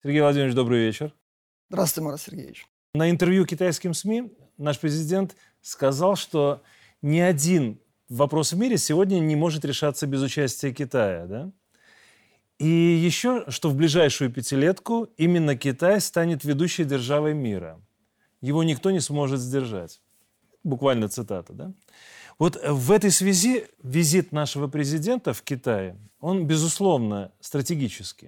Сергей Владимирович, добрый вечер. Здравствуйте, Марат Сергеевич. На интервью китайским СМИ наш президент сказал, что ни один вопрос в мире сегодня не может решаться без участия Китая. Да? И еще, что в ближайшую пятилетку именно Китай станет ведущей державой мира. Его никто не сможет сдержать. Буквально цитата. Да? Вот в этой связи визит нашего президента в Китай, он, безусловно, стратегический.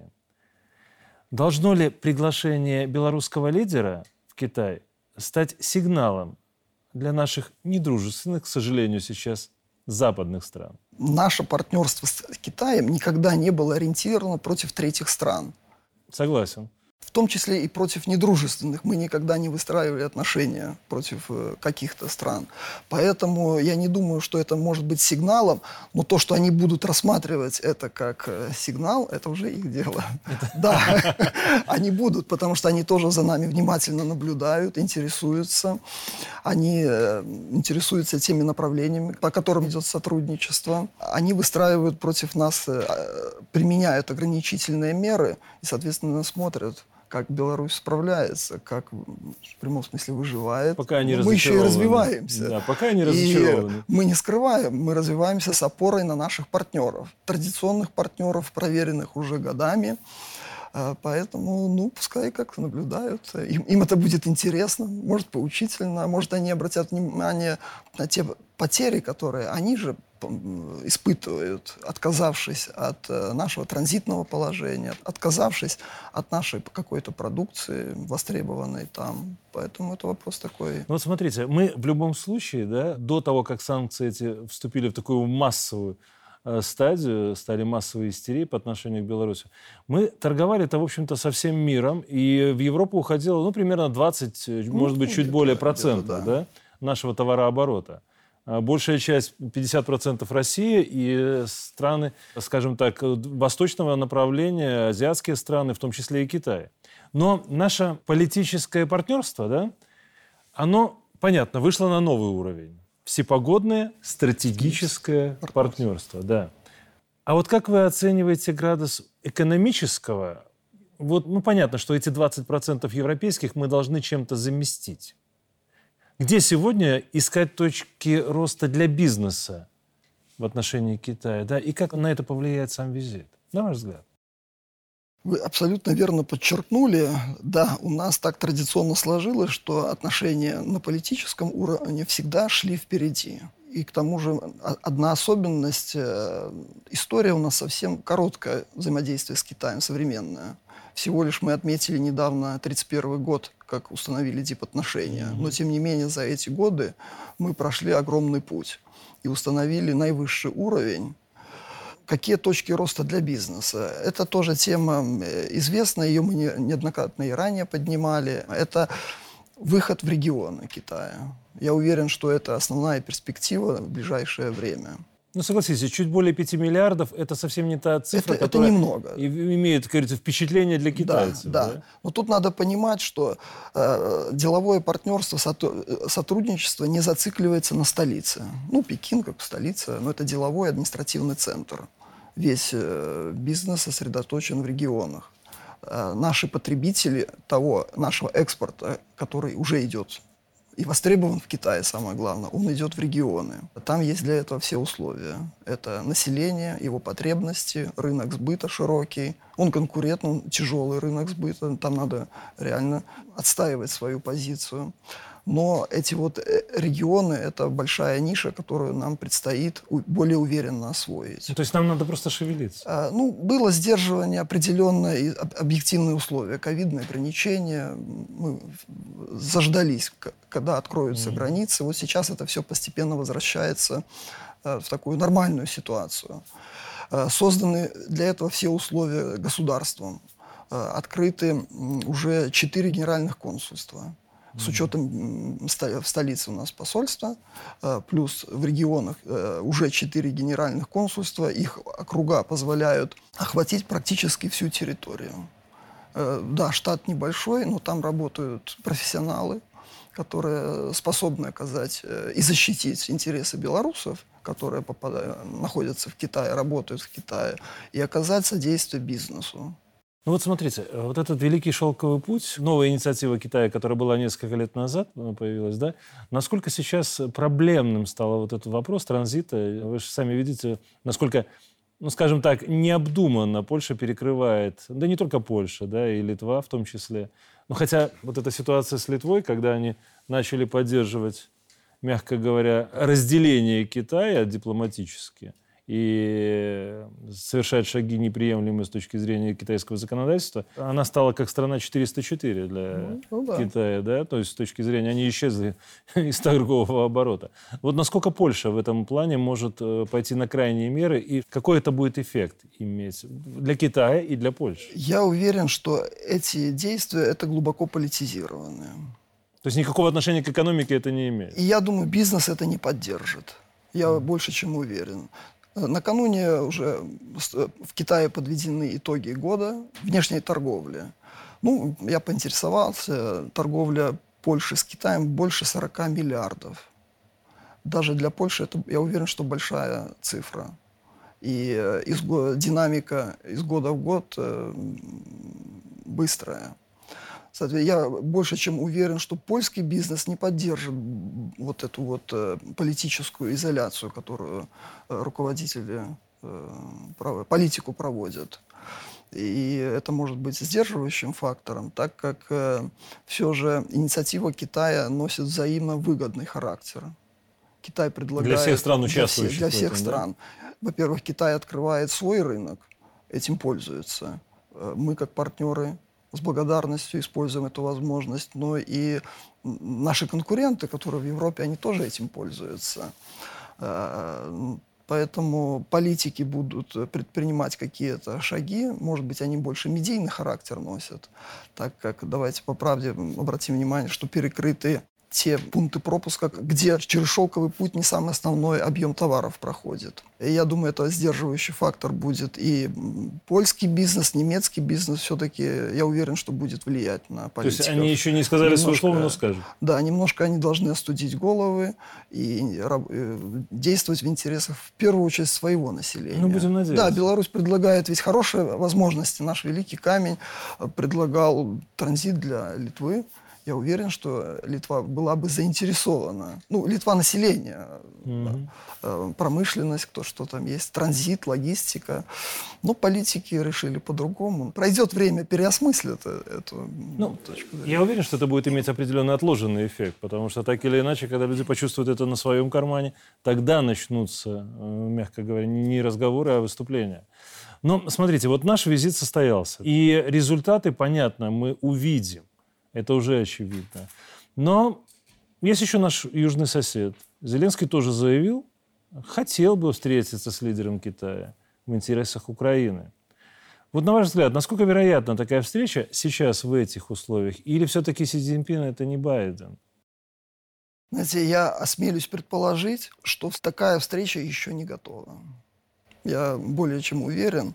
Должно ли приглашение белорусского лидера в Китай стать сигналом для наших недружественных, к сожалению, сейчас западных стран? Наше партнерство с Китаем никогда не было ориентировано против третьих стран. Согласен. В том числе и против недружественных. Мы никогда не выстраивали отношения против каких-то стран. Поэтому я не думаю, что это может быть сигналом, но то, что они будут рассматривать это как сигнал, это уже их дело. Да, они будут, потому что они тоже за нами внимательно наблюдают, интересуются. Они интересуются теми направлениями, по которым идет сотрудничество. Они выстраивают против нас, применяют ограничительные меры и, соответственно, смотрят, как Беларусь справляется, как в прямом смысле выживает. Пока они мы еще и развиваемся. Да, пока они разочарованы. И мы не скрываем, мы развиваемся с опорой на наших партнеров. Традиционных партнеров, проверенных уже годами. Поэтому, пускай как наблюдают. Им это будет интересно, может, поучительно. Может, они обратят внимание на те потери, которые они же испытывают, отказавшись от нашего транзитного положения, отказавшись от нашей какой-то продукции, востребованной там. Поэтому это вопрос такой. Вот смотрите, мы в любом случае, да, до того, как санкции эти вступили в такую массовую стадию, стали массовой истерией по отношению к Беларуси, мы торговали-то, в общем-то, со всем миром, и в Европу уходило, примерно 20, может быть, чуть более процентов, да, нашего товарооборота. Большая часть, 50% Россия и страны, скажем так, восточного направления, азиатские страны, в том числе и Китай. Но наше политическое партнерство, да, оно, понятно, вышло на новый уровень. Всепогодное стратегическое партнерство, да. А вот как вы оцениваете градус экономического? Понятно, что эти 20% европейских мы должны чем-то заместить. Где сегодня искать точки роста для бизнеса в отношении Китая? Да? И как на это повлияет сам визит? На ваш взгляд? Вы абсолютно верно подчеркнули. Да, у нас так традиционно сложилось, что отношения на политическом уровне всегда шли впереди. И к тому же одна особенность, история у нас совсем короткая, взаимодействие с Китаем, современное. Всего лишь мы отметили недавно 1931 год, как установили дипотношения. Но, тем не менее, за эти годы мы прошли огромный путь и установили наивысший уровень. Какие точки роста для бизнеса? Это тоже тема известная, ее мы неоднократно и ранее поднимали. Это выход в регионы Китая. Я уверен, что это основная перспектива в ближайшее время. Согласитесь, чуть более 5 миллиардов – это совсем не та цифра, которая немного. Имеет, как говорится, впечатление для китайцев. Да. Но тут надо понимать, что деловое партнерство, сотрудничество не зацикливается на столице. Пекин как столица, но это деловой административный центр. Весь бизнес сосредоточен в регионах. Наши потребители того нашего экспорта, который уже идет и востребован в Китае, самое главное, он идет в регионы. Там есть для этого все условия. Это население, его потребности, рынок сбыта широкий. Он конкурентный, тяжелый рынок сбыта. Там надо реально отстаивать свою позицию. Но эти регионы – это большая ниша, которую нам предстоит более уверенно освоить. То есть нам надо просто шевелиться? Было сдерживание определенное и объективные условия. Ковидные ограничения. Мы заждались, когда откроются границы. Вот сейчас это все постепенно возвращается в такую нормальную ситуацию. Созданы для этого все условия государством. Открыты уже 4 генеральных консульства. С учетом в столице у нас посольство, плюс в регионах уже 4 генеральных консульства. Их округа позволяют охватить практически всю территорию. Да, штат небольшой, но там работают профессионалы, которые способны оказать и защитить интересы белорусов, которые находятся в Китае, работают в Китае, и оказать содействие бизнесу. Ну вот смотрите, вот этот Великий шелковый путь, новая инициатива Китая, которая была несколько лет назад, появилась, да? Насколько сейчас проблемным стал вот этот вопрос транзита? Вы же сами видите, насколько, ну, скажем так, необдуманно Польша перекрывает, да не только Польша, да, и Литва в том числе. Ну, хотя вот эта ситуация с Литвой, когда они начали поддерживать, мягко говоря, разделение Китая дипломатически и совершать шаги неприемлемые с точки зрения китайского законодательства, она стала как страна 404 для Китая, да, то есть с точки зрения, они исчезли из торгового оборота. Вот насколько Польша в этом плане может пойти на крайние меры, и какой это будет эффект иметь для Китая и для Польши? Я уверен, что эти действия – это глубоко политизированные. То есть никакого отношения к экономике это не имеет? И я думаю, бизнес это не поддержит. Я больше чем уверен. Накануне уже в Китае подведены итоги года внешней торговли. Ну, я поинтересовался, торговля Польши с Китаем больше 40 миллиардов. Даже для Польши это, я уверен, что большая цифра. И динамика из года в год быстрая. Соответственно, я больше чем уверен, что польский бизнес не поддержит вот эту вот политическую изоляцию, которую руководители политику проводят. И это может быть сдерживающим фактором, так как все же инициатива Китая носит взаимно выгодный характер. Китай предлагает... Для всех стран участвующих. Для всех в этом, стран. Да? Во-первых, Китай открывает свой рынок, этим пользуется. Мы, как партнеры, с благодарностью используем эту возможность, но и наши конкуренты, которые в Европе, они тоже этим пользуются. Поэтому политики будут предпринимать какие-то шаги, может быть, они больше медийный характер носят, так как, давайте по правде обратим внимание, что перекрыты те пункты пропуска, где через шелковый путь не самый основной объем товаров проходит. И я думаю, это сдерживающий фактор будет. И польский бизнес, немецкий бизнес все-таки, я уверен, что будет влиять на политиков. То есть они еще не сказали свое слово, но скажут. Да, немножко они должны остудить головы и действовать в интересах, в первую очередь, своего населения. Ну, будем надеяться. Да, Беларусь предлагает ведь хорошие возможности. Наш великий камень предлагал транзит для Литвы. Я уверен, что Литва была бы заинтересована. Ну, Литва население, промышленность, кто что там есть, транзит, логистика. Но политики решили по-другому. Пройдет время, переосмыслят эту точку зрения. Я уверен, что это будет иметь определенный отложенный эффект, потому что так или иначе, когда люди почувствуют это на своем кармане, тогда начнутся, мягко говоря, не разговоры, а выступления. Но смотрите, вот наш визит состоялся, и результаты, понятно, мы увидим. Это уже очевидно. Но есть еще наш южный сосед. Зеленский тоже заявил, хотел бы встретиться с лидером Китая в интересах Украины. Вот на ваш взгляд, насколько вероятна такая встреча сейчас в этих условиях? Или все-таки Си Цзиньпин это не Байден? Знаете, я осмелюсь предположить, что такая встреча еще не готова. Я более чем уверен,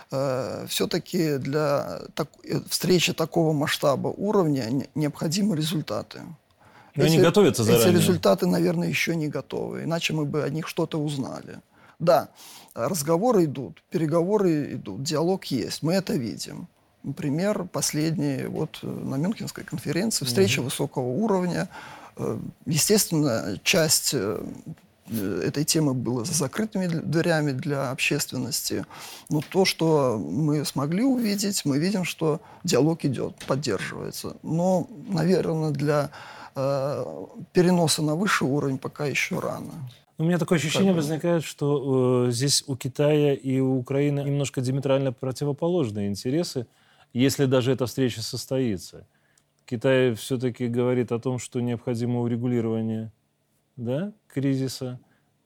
все-таки для встречи такого масштаба уровня необходимы результаты. Но они готовятся заранее. Эти результаты, наверное, еще не готовы, иначе мы бы о них что-то узнали. Да, разговоры идут, переговоры идут, диалог есть, мы это видим. Например, последний на Мюнхенской конференции, встреча высокого уровня. Естественно, часть этой темы была за закрытыми дверями для общественности. Но то, что мы смогли увидеть, мы видим, что диалог идет, поддерживается. Но, наверное, для переноса на высший уровень пока еще рано. У меня такое ощущение возникает, что здесь у Китая и у Украины немножко диаметрально противоположные интересы, если даже эта встреча состоится. Китай все-таки говорит о том, что необходимо урегулирование кризиса,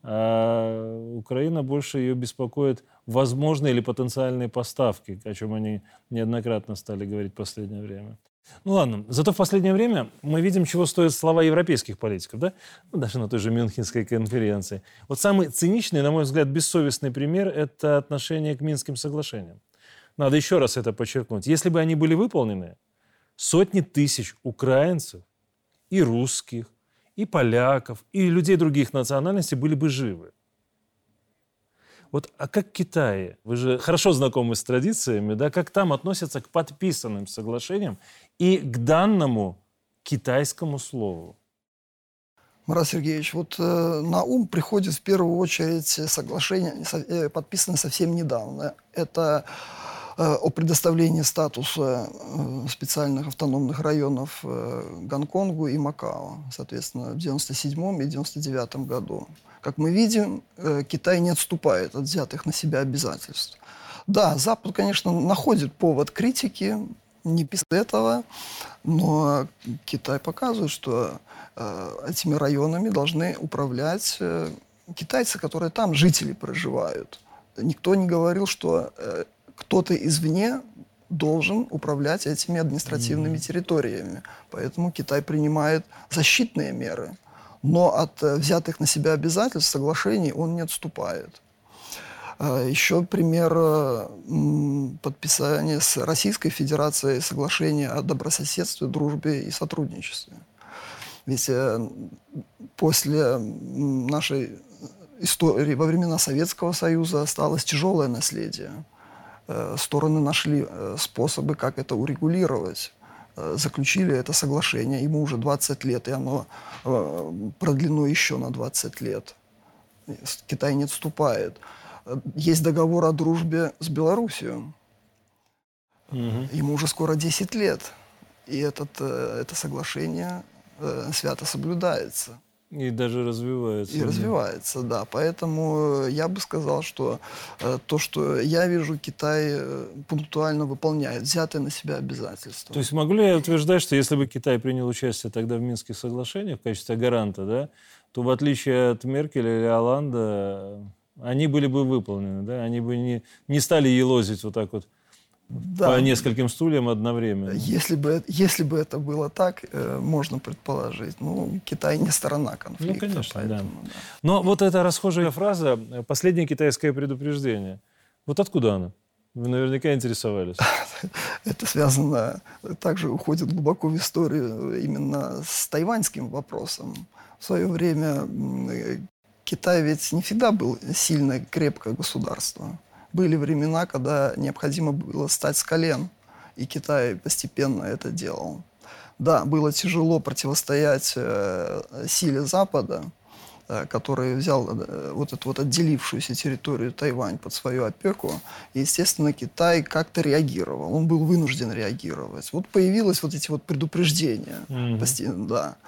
а Украина больше ее беспокоит возможные или потенциальные поставки, о чем они неоднократно стали говорить в последнее время. Ну ладно, зато в последнее время мы видим, чего стоят слова европейских политиков, да? Ну, даже на той же Мюнхенской конференции. Вот самый циничный, на мой взгляд, бессовестный пример – это отношение к Минским соглашениям. Надо еще раз это подчеркнуть. Если бы они были выполнены, сотни тысяч украинцев и русских, и поляков, и людей других национальностей были бы живы. Вот, а как Китай? Вы же хорошо знакомы с традициями, да? Как там относятся к подписанным соглашениям и к данному китайскому слову? Марат Сергеевич, вот на ум приходит в первую очередь соглашение, подписанное совсем недавно. Это о предоставлении статуса специальных автономных районов Гонконгу и Макао, соответственно, в 1997 и 1999 году. Как мы видим, Китай не отступает от взятых на себя обязательств. Да, Запад, конечно, находит повод критики, не без этого, но Китай показывает, что этими районами должны управлять китайцы, которые там, жители, проживают. Никто не говорил, что кто-то извне должен управлять этими административными территориями. Поэтому Китай принимает защитные меры. Но от взятых на себя обязательств, соглашений он не отступает. Еще пример подписания с Российской Федерацией соглашения о добрососедстве, дружбе и сотрудничестве. Ведь после нашей истории во времена Советского Союза осталось тяжелое наследие. Стороны нашли способы, как это урегулировать. Заключили это соглашение, ему уже 20 лет, и оно продлено еще на 20 лет. Китай не отступает. Есть договор о дружбе с Белоруссией. Ему уже скоро 10 лет. И это соглашение свято соблюдается. И даже развивается. И развивается, да. Поэтому я бы сказал, что то, что я вижу, Китай пунктуально выполняет взятые на себя обязательства. То есть могу ли я утверждать, что если бы Китай принял участие тогда в Минских соглашениях в качестве гаранта, да, то в отличие от Меркеля или Олланда, они были бы выполнены, да? Они бы не стали елозить вот так вот по нескольким стульям одновременно. Если бы это было так, можно предположить. Ну, Китай не сторона конфликта. Ну, конечно, поэтому, да. Но вот эта расхожая фраза «последнее китайское предупреждение». Вот откуда она? Вы наверняка интересовались. Это связано, также уходит глубоко в историю именно с тайваньским вопросом. В свое время Китай ведь не всегда был сильное, крепкое государство. Были времена, когда необходимо было встать с колен, и Китай постепенно это делал. Да, было тяжело противостоять силе Запада, который взял вот эту вот отделившуюся территорию Тайвань под свою опеку. И, естественно, Китай как-то реагировал. Он был вынужден реагировать. Вот появилось вот эти вот предупреждения. Да.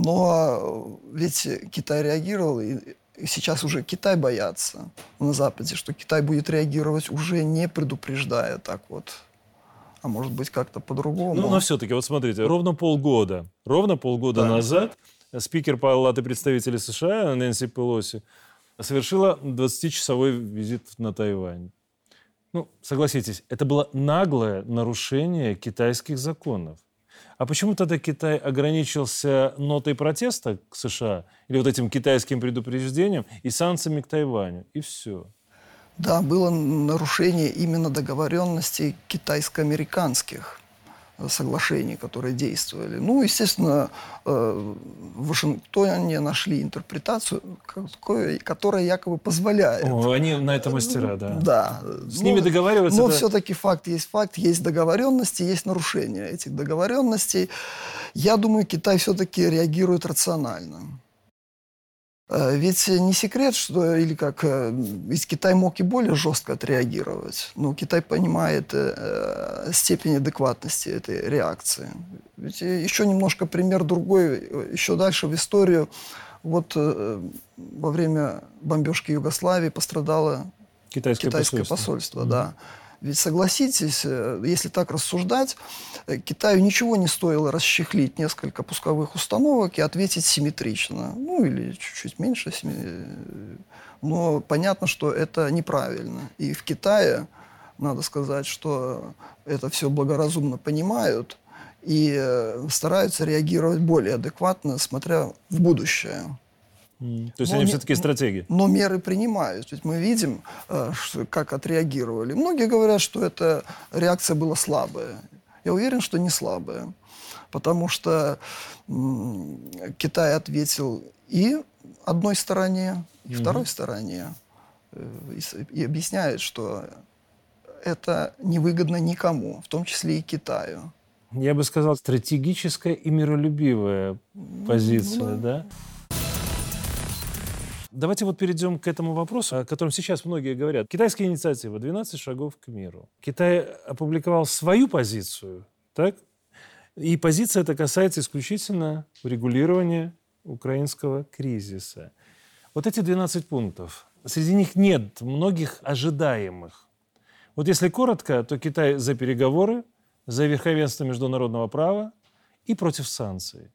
Но ведь Китай реагировал, и сейчас уже Китай боятся на Западе, что Китай будет реагировать уже не предупреждая так вот, а может быть как-то по-другому. Ну, но все-таки, вот смотрите, ровно полгода назад спикер Палаты представителей США Нэнси Пелоси совершила 20-часовой визит на Тайвань. Ну, согласитесь, это было наглое нарушение китайских законов. А почему тогда Китай ограничился нотой протеста к США или вот этим китайским предупреждением и санкциями к Тайваню? И все. Да, было нарушение именно договоренностей китайско-американских соглашений, которые действовали. Ну, естественно, в Вашингтоне нашли интерпретацию, которая якобы позволяет. Они на это мастера, да. Да. С ними договариваться. Но все-таки факт, есть договоренности, есть нарушения этих договоренностей. Я думаю, Китай все-таки реагирует рационально. Ведь не секрет, что ведь Китай мог и более жестко отреагировать, но Китай понимает степень адекватности этой реакции. Ведь еще немножко пример другой, еще дальше в историю. Вот во время бомбежки Югославии пострадало китайское посольство, да. Ведь согласитесь, если так рассуждать, Китаю ничего не стоило расчехлить несколько пусковых установок и ответить симметрично. Ну, или чуть-чуть меньше. Но понятно, что это неправильно. И в Китае, надо сказать, что это все благоразумно понимают и стараются реагировать более адекватно, смотря в будущее. То есть они все-таки стратеги. Но меры принимают. Ведь мы видим, как отреагировали. Многие говорят, что эта реакция была слабая. Я уверен, что не слабая. Потому что Китай ответил и одной стороне, и второй стороне. и объясняет, что это невыгодно никому, в том числе и Китаю. Я бы сказал, стратегическая и миролюбивая позиция, да? Давайте вот перейдем к этому вопросу, о котором сейчас многие говорят. Китайская инициатива «12 шагов к миру». Китай опубликовал свою позицию, так? И позиция эта касается исключительно урегулирования украинского кризиса. Вот эти 12 пунктов, среди них нет многих ожидаемых. Вот если коротко, то Китай за переговоры, за верховенство международного права и против санкций.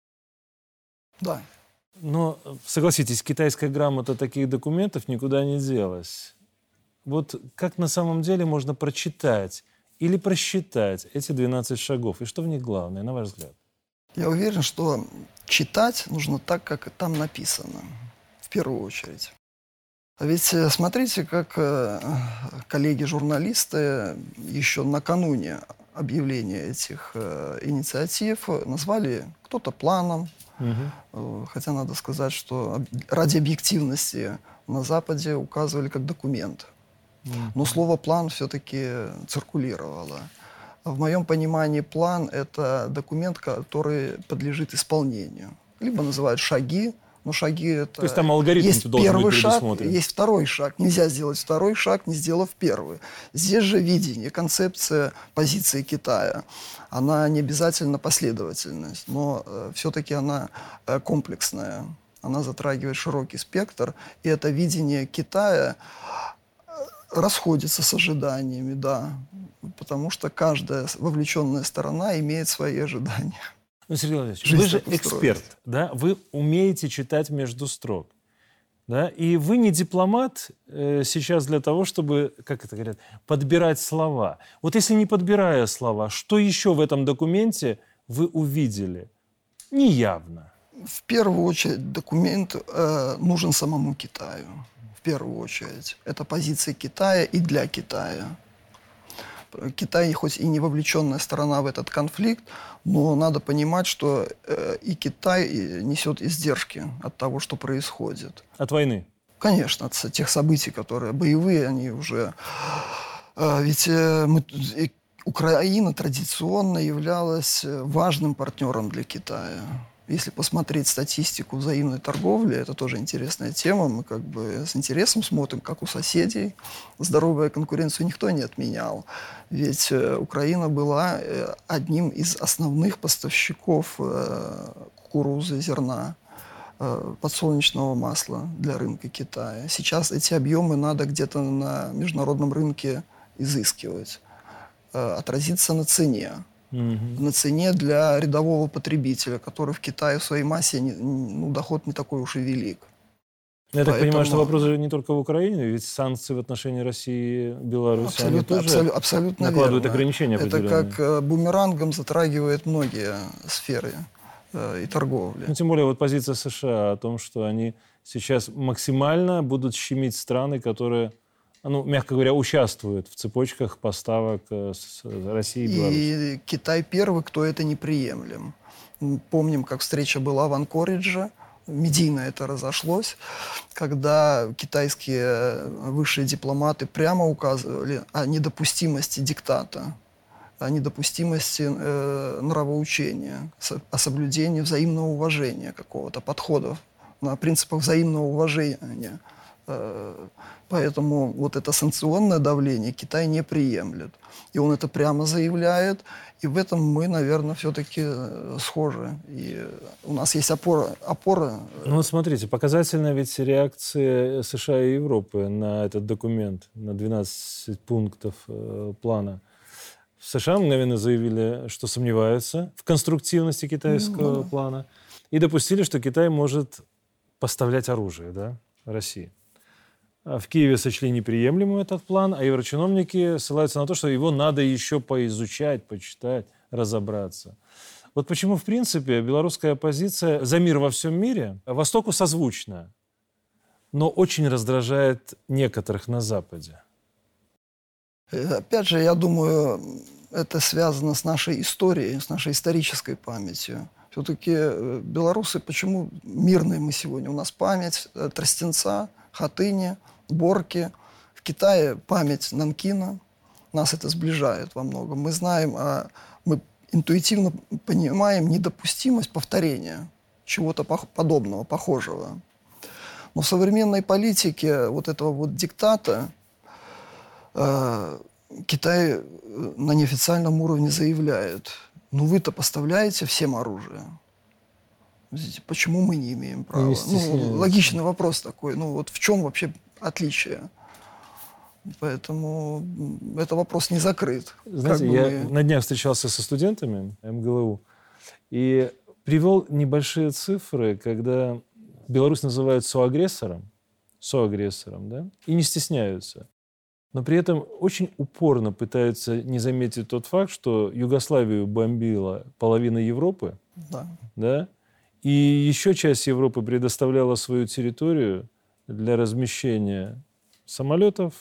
Да. Но, согласитесь, китайская грамота таких документов никуда не делась. Вот как на самом деле можно прочитать или просчитать эти 12 шагов? И что в них главное, на ваш взгляд? Я уверен, что читать нужно так, как там написано, в первую очередь. А ведь смотрите, как коллеги-журналисты еще накануне объявления этих инициатив назвали кто-то планом, хотя надо сказать, что ради объективности на Западе указывали как документ. Но слово «план» все-таки циркулировало. В моем понимании план – это документ, который подлежит исполнению. Либо называют шаги, но шаги – это… То есть там алгоритм есть должен первый быть шаг, предусмотрен. есть второй шаг. Нельзя сделать второй шаг, не сделав первый. Здесь же видение, концепция позиции Китая. Она не обязательно последовательность, но все-таки она комплексная. Она затрагивает широкий спектр. И это видение Китая расходится с ожиданиями, да. Потому что каждая вовлеченная сторона имеет свои ожидания. Ну, Сергей Владимирович, вы же эксперт, да? Вы умеете читать между строк. Да? И вы не дипломат сейчас для того, чтобы, как это говорят, подбирать слова. Вот если не подбирая слова, что еще в этом документе вы увидели? Неявно. В первую очередь документ нужен самому Китаю. В первую очередь. Это позиция Китая и для Китая. Китай, хоть и не вовлеченная сторона в этот конфликт, но надо понимать, что и Китай несет издержки от того, что происходит. От войны? Конечно, от тех событий, которые боевые, они уже… Ведь Украина традиционно являлась важным партнером для Китая. Если посмотреть статистику взаимной торговли, это тоже интересная тема. Мы как бы с интересом смотрим, как у соседей. Здоровую конкуренцию никто не отменял. Ведь Украина была одним из основных поставщиков кукурузы, зерна, подсолнечного масла для рынка Китая. Сейчас эти объемы надо где-то на международном рынке изыскивать. Отразиться на цене. На цене для рядового потребителя, который в Китае в своей массе доход не такой уж и велик. Я так понимаю, что вопрос не только в Украине, ведь санкции в отношении России и Беларуси абсолютно накладывают верно. ограничения определенные. Это как бумерангом затрагивает многие сферы и торговли. Ну, тем более вот позиция США о том, что они сейчас максимально будут щемить страны, которые, мягко говоря, участвуют в цепочках поставок с России и Беларуси. И Китай первый, кто это не приемлем. Помним, как встреча была в Анкоридже, медийно это разошлось, когда китайские высшие дипломаты прямо указывали о недопустимости диктата, о недопустимости нравоучения, о соблюдении взаимного уважения какого-то, подходов на принципах взаимного уважения. Поэтому вот это санкционное давление Китай не приемлет. И он это прямо заявляет. И в этом мы, наверное, все-таки схожи. И у нас есть опора. Ну вот смотрите, показательна ведь реакция США и Европы на этот документ, на 12 пунктов плана. В США мгновенно заявили, что сомневаются в конструктивности китайского плана. И допустили, что Китай может поставлять оружие, да, России. В Киеве сочли неприемлемым этот план, а еврочиновники ссылаются на то, что его надо еще поизучать, почитать, разобраться. Вот почему, в принципе, белорусская оппозиция за мир во всем мире Востоку созвучна, но очень раздражает некоторых на Западе. Опять же, я думаю, это связано с нашей историей, с нашей исторической памятью. Все-таки белорусы, почему мирные мы сегодня? У нас память Тростенца, Хатыни, Борки. В Китае память Нанкина. Нас это сближает во многом. Мы знаем, мы интуитивно понимаем недопустимость повторения чего-то подобного, похожего. Но в современной политике вот этого вот диктата Китай на неофициальном уровне заявляет: ну вы-то поставляете всем оружие. Почему мы не имеем права? Ну, логичный вопрос такой. Ну вот в чем вообще отличие? Поэтому это вопрос не закрыт. Знаете, я на днях встречался со студентами МГЛУ и привел небольшие цифры, когда Беларусь называют соагрессором, да, и не стесняются. Но при этом очень упорно пытаются не заметить тот факт, что Югославию бомбила половина Европы, да, и еще часть Европы предоставляла свою территорию для размещения самолетов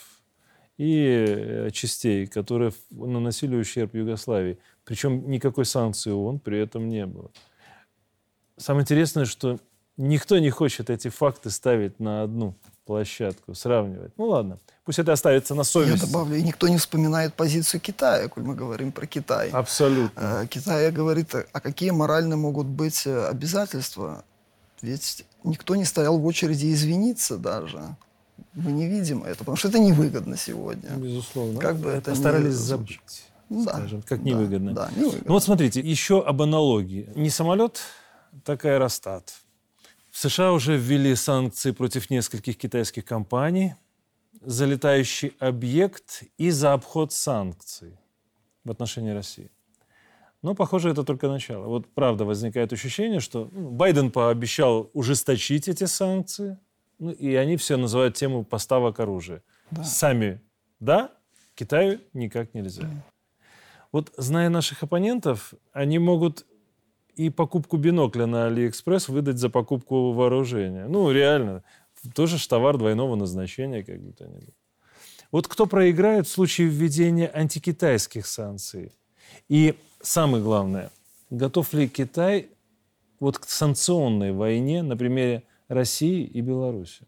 и частей, которые наносили ущерб Югославии. Причем никакой санкции ООН при этом не было. Самое интересное, что никто не хочет эти факты ставить на одну площадку, сравнивать. Ну ладно, пусть это оставится на совести. Я добавлю, и никто не вспоминает позицию Китая, коль мы говорим про Китай. Абсолютно. Китай говорит, а какие моральные могут быть обязательства? Ведь никто не стоял в очереди извиниться даже. Мы не видим это, потому что это невыгодно сегодня. Безусловно. Как бы это постарались забыть, скажем, как невыгодно. Да, невыгодно. Ну вот смотрите, еще об аналогии. Не самолет, так аэростат. В США уже ввели санкции против нескольких китайских компаний за летающий объект и за обход санкций в отношении России. Но, похоже, это только начало. Вот правда возникает ощущение, что Байден пообещал ужесточить эти санкции, и они все называют тему поставок оружия. Да. Сами да, Китаю никак нельзя. Вот, зная наших оппонентов, они могут и покупку бинокля на Алиэкспресс выдать за покупку вооружения. Ну, реально. Тоже ж товар двойного назначения, как бы то ни было. Вот кто проиграет в случае введения антикитайских санкций? И самое главное, готов ли Китай вот к санкционной войне на примере России и Беларуси?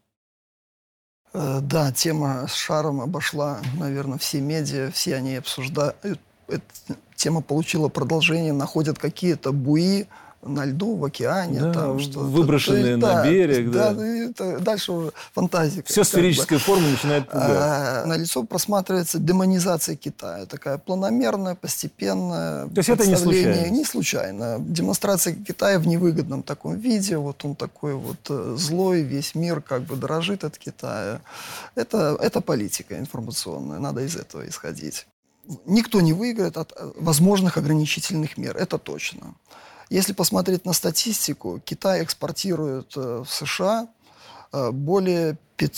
Да, тема с шаром обошла, наверное, все медиа, все они обсуждают. Эта тема получила продолжение, находят какие-то буи на льду, в океане. Да, там, выброшенные на берег. Да, это дальше уже фантазия. Все сферической формы начинает пугать. Налицо просматривается демонизация Китая. Такая планомерная, постепенная. То есть это не случайно? Не случайно. Демонстрация Китая в невыгодном таком виде. Вот он такой вот злой, весь мир как бы дорожит от Китая. Это политика информационная. Надо из этого исходить. Никто не выиграет от возможных ограничительных мер. Это точно. Если посмотреть на статистику, Китай экспортирует в США более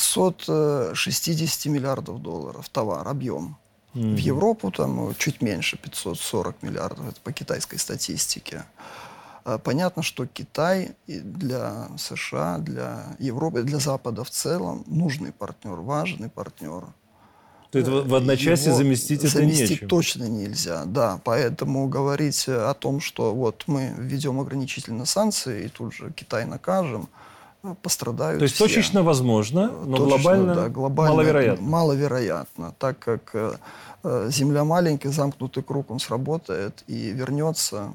560 миллиардов долларов товар, объем. В Европу там чуть меньше, 540 миллиардов, это по китайской статистике. Понятно, что Китай для США, для Европы, для Запада в целом нужный партнер, важный партнер. То есть в одночасье заместить это нечем. Заместить точно нельзя, да. Поэтому говорить о том, что вот мы введем ограничительные санкции и тут же Китай накажем, пострадают все. То есть все. Точечно возможно, но глобально маловероятно. Маловероятно, так как Земля маленькая, замкнутый круг, он сработает и вернется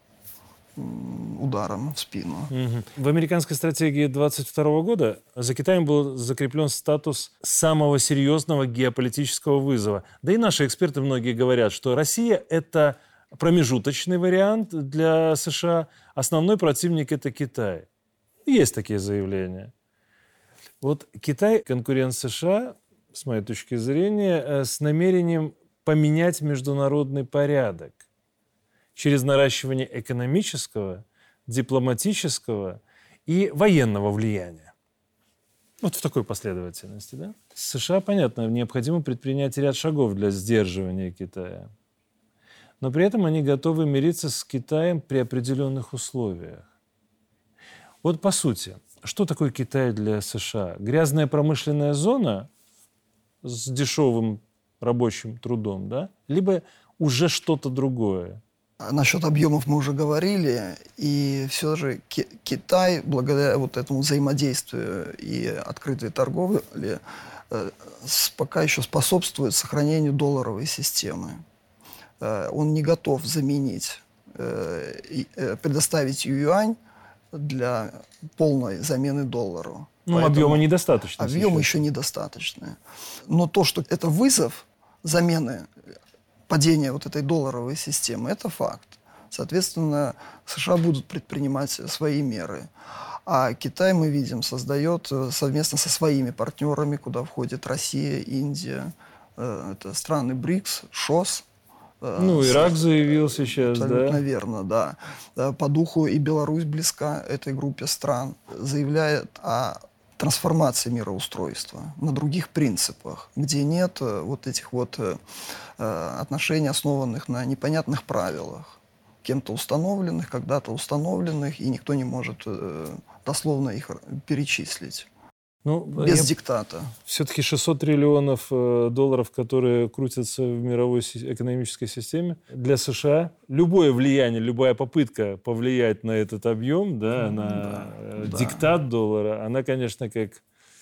ударом в спину. В американской стратегии 2022 года за Китаем был закреплен статус самого серьезного геополитического вызова. Да и наши эксперты многие говорят, что Россия – это промежуточный вариант для США, основной противник – это Китай. Есть такие заявления. Вот Китай – конкурент США, с моей точки зрения, с намерением поменять международный порядок через наращивание экономического, дипломатического и военного влияния. Вот в такой последовательности. Да? США, понятно, необходимо предпринять ряд шагов для сдерживания Китая. Но при этом они готовы мириться с Китаем при определенных условиях. Вот по сути, что такое Китай для США? Грязная промышленная зона с дешевым рабочим трудом, да? Либо уже что-то другое? Насчет объемов мы уже говорили, и все же Китай, благодаря вот этому взаимодействию и открытой торговле, пока еще способствует сохранению долларовой системы. Он не готов заменить, предоставить юань для полной замены доллару. Ну, объема недостаточно. Объемы еще недостаточны. Но то, что это вызов замены, падения вот этой долларовой системы, это факт. Соответственно, США будут предпринимать свои меры. А Китай, мы видим, создает совместно со своими партнерами, куда входит Россия, Индия, это страны БРИКС, ШОС. Ну, Ирак заявил сейчас, абсолютно верно, да. По духу и Беларусь близка этой группе стран. Заявляет о трансформации мироустройства на других принципах, где нет вот этих вот отношений, основанных на непонятных правилах, кем-то установленных, когда-то установленных, и никто не может дословно их перечислить. Ну, без диктата. Все-таки 600 триллионов долларов, которые крутятся в мировой экономической системе, для США любое влияние, любая попытка повлиять на этот объем, на диктат доллара, она, конечно, как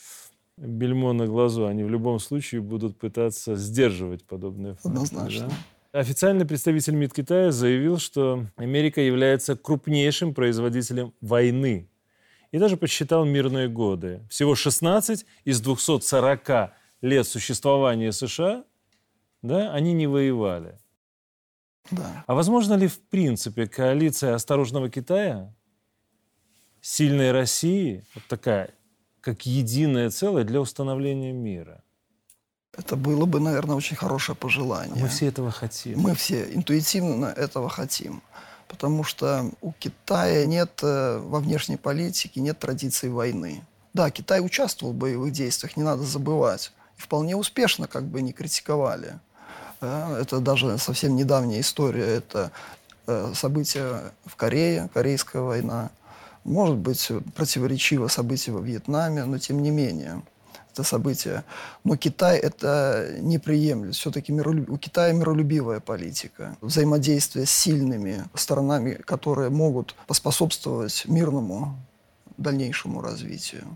бельмо на глазу. Они в любом случае будут пытаться сдерживать подобные факты. Однозначно. Да? Официальный представитель МИД Китая заявил, что Америка является крупнейшим производителем войны. И даже подсчитал мирные годы. Всего 16 из 240 лет существования США, они не воевали. Да. А возможно ли в принципе коалиция осторожного Китая, сильной России, вот такая, как единое целое для установления мира? Это было бы, наверное, очень хорошее пожелание. Мы все этого хотим. Мы все интуитивно этого хотим. Потому что у Китая нет во внешней политике, нет традиции войны. Да, Китай участвовал в боевых действиях, не надо забывать. И вполне успешно, как бы не критиковали. Это даже совсем недавняя история. Это события в Корее, Корейская война. Может быть, противоречиво события во Вьетнаме, но тем не менее. Это событие. Но Китай это не приемлет. Все-таки у Китая миролюбивая политика. Взаимодействие с сильными сторонами, которые могут поспособствовать мирному дальнейшему развитию.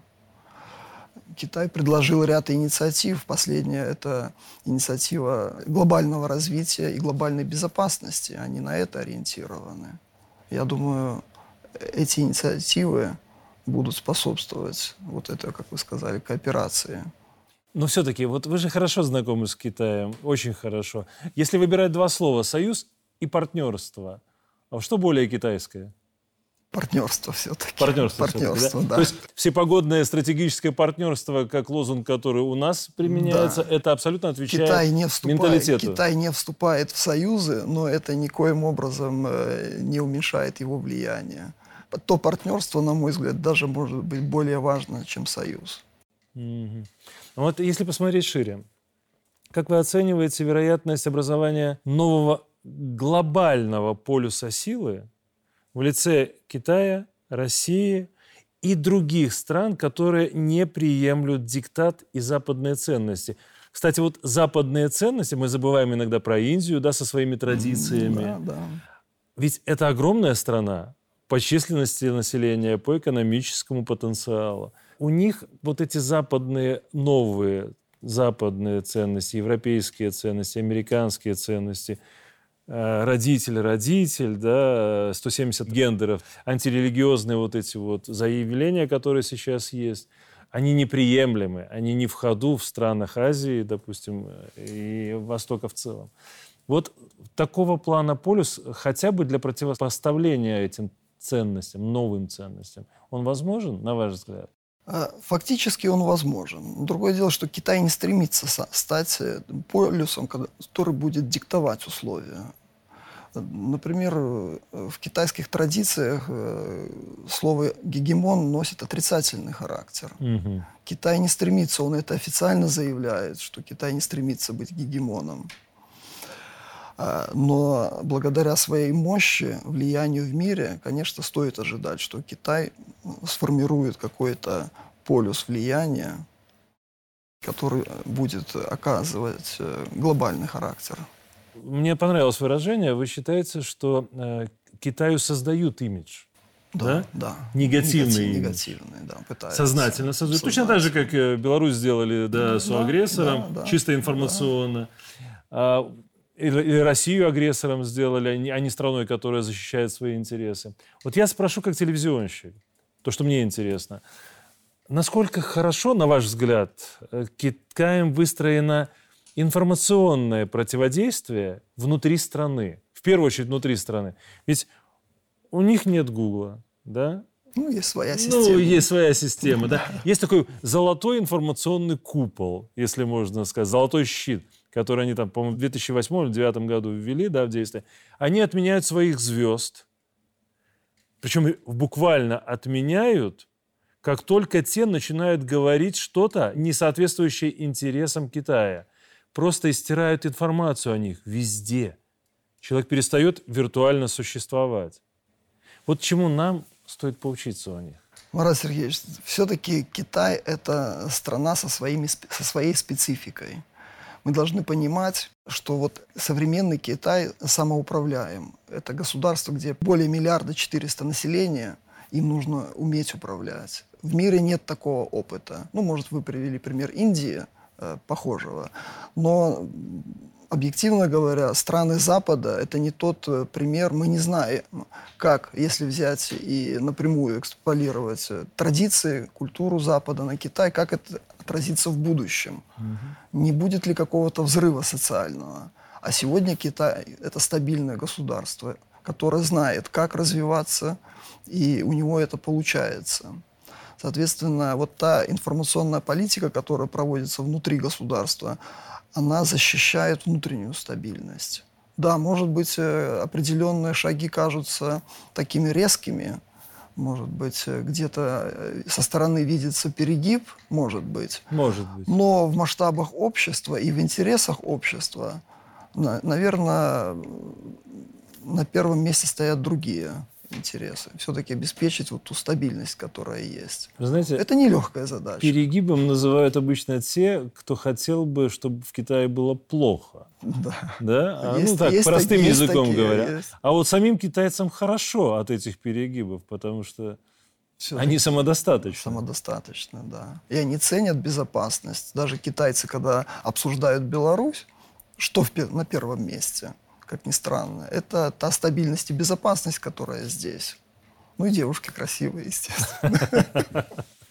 Китай предложил ряд инициатив. Последняя – это инициатива глобального развития и глобальной безопасности. Они на это ориентированы. Я думаю, эти инициативы будут способствовать вот это, как вы сказали, кооперации. Но все-таки, вот вы же хорошо знакомы с Китаем, очень хорошо. Если выбирать два слова «союз» и «партнерство», а что более китайское? Партнерство все-таки. Партнерство, да. То есть всепогодное стратегическое партнерство, как лозунг, который у нас применяется, это абсолютно отвечает менталитету. Китай не вступает в союзы, но это никоим образом не уменьшает его влияние. То партнерство, на мой взгляд, даже может быть более важно, чем союз. Mm-hmm. Вот если посмотреть шире, как вы оцениваете вероятность образования нового глобального полюса силы в лице Китая, России и других стран, которые не приемлют диктат и западные ценности? Кстати, вот западные ценности, мы забываем иногда про Индию, со своими традициями. Да. Ведь это огромная страна по численности населения, по экономическому потенциалу. У них вот эти новые западные ценности, европейские ценности, американские ценности, родитель, 170 гендеров, антирелигиозные вот эти вот заявления, которые сейчас есть, они неприемлемы, они не в ходу в странах Азии, допустим, и Востока в целом. Вот такого плана полюс хотя бы для противопоставления этим ценностям, новым ценностям, он возможен, на ваш взгляд? Фактически он возможен. Другое дело, что Китай не стремится стать полюсом, который будет диктовать условия. Например, в китайских традициях слово «гегемон» носит отрицательный характер. Угу. Китай не стремится, он это официально заявляет, что Китай не стремится быть гегемоном. Но благодаря своей мощи, влиянию в мире, конечно, стоит ожидать, что Китай сформирует какой-то полюс влияния, который будет оказывать глобальный характер. Мне понравилось выражение. Вы считаете, что Китаю создают имидж? Да? Да. Негативный. Негативный, да, пытаются. Сознательно создают. Точно так же, как Беларусь сделали с агрессором, чисто информационно. Или Россию агрессором сделали, а не страной, которая защищает свои интересы. Вот я спрошу как телевизионщик, то, что мне интересно. Насколько хорошо, на ваш взгляд, Китаем выстроено информационное противодействие внутри страны? В первую очередь внутри страны. Ведь у них нет Гугла, да? Ну, есть своя система. Есть своя система, да. Есть такой золотой информационный купол, если можно сказать, золотой щит, который они там, по-моему, в 2008 или 2009 году ввели, да, в действие. Они отменяют своих звезд. Причем буквально отменяют, как только те начинают говорить что-то, не соответствующее интересам Китая. Просто стирают информацию о них везде. Человек перестает виртуально существовать. Вот чему нам стоит поучиться у них? Марат Сергеевич, все-таки Китай – это страна со своей спецификой. Мы должны понимать, что вот современный Китай самоуправляем. Это государство, где более 1,4 миллиарда населения, им нужно уметь управлять. В мире нет такого опыта. Ну, может, вы привели пример Индии, похожего. Но, объективно говоря, страны Запада – это не тот пример. Мы не знаем, как, если взять и напрямую экстраполировать традиции, культуру Запада на Китай, как это отразится в будущем. Не будет ли какого-то взрыва социального? А сегодня Китай – это стабильное государство, которое знает, как развиваться, и у него это получается. Соответственно, вот та информационная политика, которая проводится внутри государства, она защищает внутреннюю стабильность. Да, может быть, определенные шаги кажутся такими резкими, может быть, где-то со стороны видится перегиб, может быть. Может быть. Но в масштабах общества и в интересах общества, наверное, на первом месте стоят другие интересы. Все-таки обеспечить вот ту стабильность, которая есть. Вы знаете, это нелегкая задача. Перегибом называют обычно те, кто хотел бы, чтобы в Китае было плохо. Да? Есть, ну так, есть простым такие, языком есть говоря. Есть. А вот самим китайцам хорошо от этих перегибов, потому что они самодостаточны. Самодостаточны, да. И они ценят безопасность. Даже китайцы, когда обсуждают Беларусь, что на первом месте? Как ни странно, это та стабильность и безопасность, которая здесь. Ну и девушки красивые, естественно.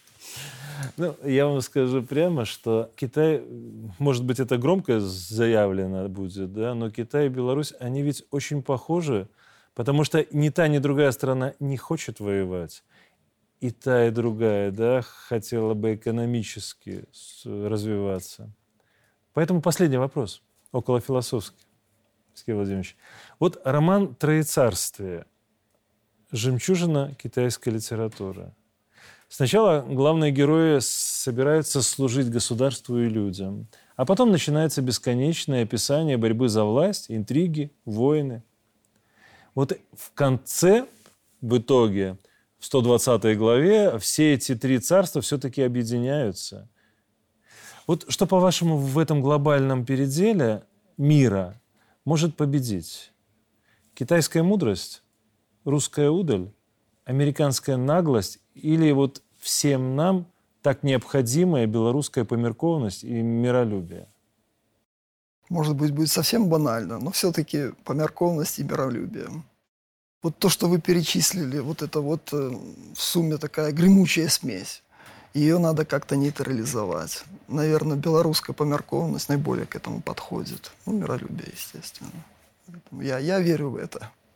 Ну, я вам скажу прямо, что Китай, может быть, это громко заявлено будет, да, но Китай и Беларусь, они ведь очень похожи, потому что ни та, ни другая страна не хочет воевать. И та, и другая, да, хотела бы экономически развиваться. Поэтому последний вопрос, околофилософский. Сергей Владимирович. Вот роман «Троецарствие» – жемчужина китайской литературы. Сначала главные герои собираются служить государству и людям, а потом начинается бесконечное описание борьбы за власть, интриги, войны. Вот в конце, в итоге, в 120 главе, все эти три царства все-таки объединяются. Вот что, по-вашему, в этом глобальном переделе мира может победить? Китайская мудрость, русская удаль, американская наглость или вот всем нам так необходимая белорусская померкованность и миролюбие? Может быть, будет совсем банально, но все-таки померкованность и миролюбие. Вот то, что вы перечислили, вот это вот в сумме такая гремучая смесь. Ее надо как-то нейтрализовать. Наверное, белорусская померкованность наиболее к этому подходит. Ну, миролюбие, естественно. Я верю в это.